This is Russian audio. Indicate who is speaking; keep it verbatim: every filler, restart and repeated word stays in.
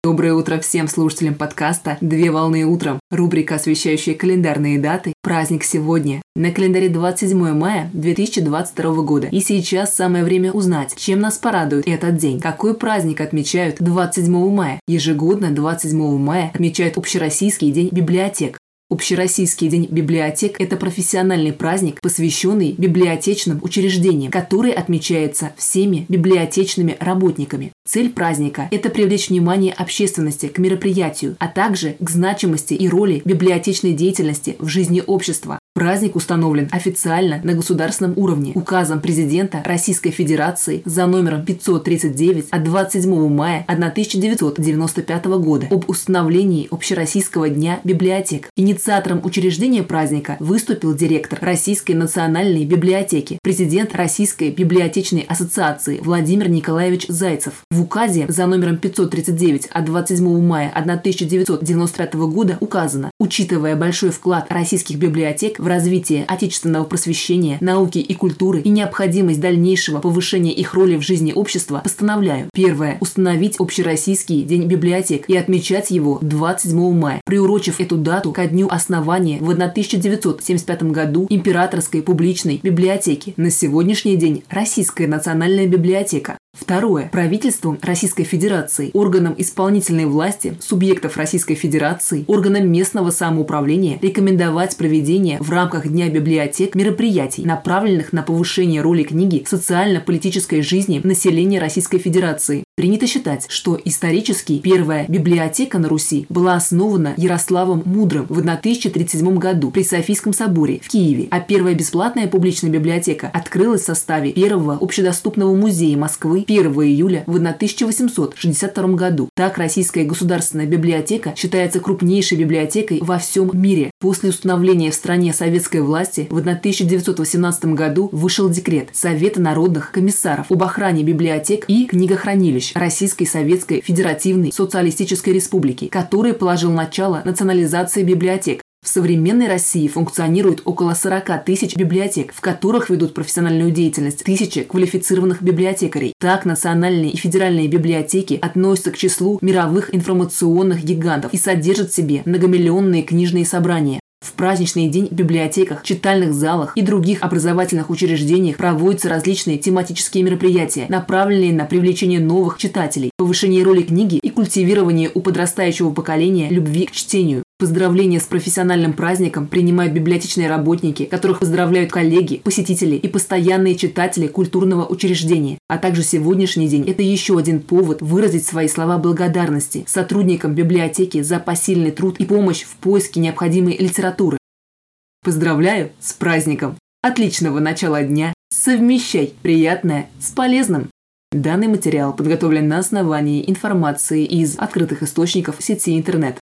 Speaker 1: Доброе утро всем слушателям подкаста «Две волны утром». Рубрика, освещающая календарные даты. Праздник сегодня. На календаре двадцать седьмое мая две тысячи двадцать второго года. И сейчас самое время узнать, чем нас порадует этот день. Какой праздник отмечают двадцать седьмого мая? Ежегодно двадцать седьмого мая отмечают Общероссийский день библиотек. Общероссийский день библиотек – это профессиональный праздник, посвященный библиотечным учреждениям, который отмечается всеми библиотечными работниками. Цель праздника – это привлечь внимание общественности к мероприятию, а также к значимости и роли библиотечной деятельности в жизни общества. Праздник установлен официально на государственном уровне указом президента Российской Федерации за номером пятьсот тридцать девять от двадцать седьмого мая тысяча девятьсот девяносто пятого года об установлении Общероссийского дня библиотек. Инициатором учреждения праздника выступил директор Российской национальной библиотеки, президент Российской библиотечной ассоциации Владимир Николаевич Зайцев. В указе за номером пятьсот тридцать девять от двадцать седьмого мая тысяча девятьсот девяносто пятого года указано: учитывая большой вклад российских библиотек в развитие отечественного просвещения, науки и культуры и необходимость дальнейшего повышения их роли в жизни общества, постановляю: первое. Установить Общероссийский день библиотек и отмечать его двадцать седьмого мая, приурочив эту дату ко дню основания в тысяча девятьсот семьдесят пятом году Императорской публичной библиотеки. На сегодняшний день Российская национальная библиотека. Второе. Правительством Российской Федерации, органам исполнительной власти, субъектов Российской Федерации, органам местного самоуправления рекомендовать проведение в рамках Дня библиотек мероприятий, направленных на повышение роли книги в социально-политической жизни населения Российской Федерации. Принято считать, что исторически первая библиотека на Руси была основана Ярославом Мудрым в тысяча тридцать седьмом году при Софийском соборе в Киеве, а первая бесплатная публичная библиотека открылась в составе первого общедоступного музея Москвы первого июля в тысяча восемьсот шестьдесят втором году. Так, Российская государственная библиотека считается крупнейшей библиотекой во всем мире. После установления в стране советской власти в тысяча девятьсот восемнадцатом году вышел декрет Совета народных комиссаров об охране библиотек и книгохранилищ Российской Советской Федеративной Социалистической Республики, который положил начало национализации библиотек. В современной России функционирует около сорока тысяч библиотек, в которых ведут профессиональную деятельность тысячи квалифицированных библиотекарей. Так, национальные и федеральные библиотеки относятся к числу мировых информационных гигантов и содержат в себе многомиллионные книжные собрания. В праздничный день в библиотеках, читальных залах и других образовательных учреждениях проводятся различные тематические мероприятия, направленные на привлечение новых читателей, повышение роли книги и культивирование у подрастающего поколения любви к чтению. Поздравления с профессиональным праздником принимают библиотечные работники, которых поздравляют коллеги, посетители и постоянные читатели культурного учреждения. А также сегодняшний день – это еще один повод выразить свои слова благодарности сотрудникам библиотеки за посильный труд и помощь в поиске необходимой литературы. Поздравляю с праздником! Отличного начала дня! Совмещай приятное с полезным! Данный материал подготовлен на основании информации из открытых источников сети интернет.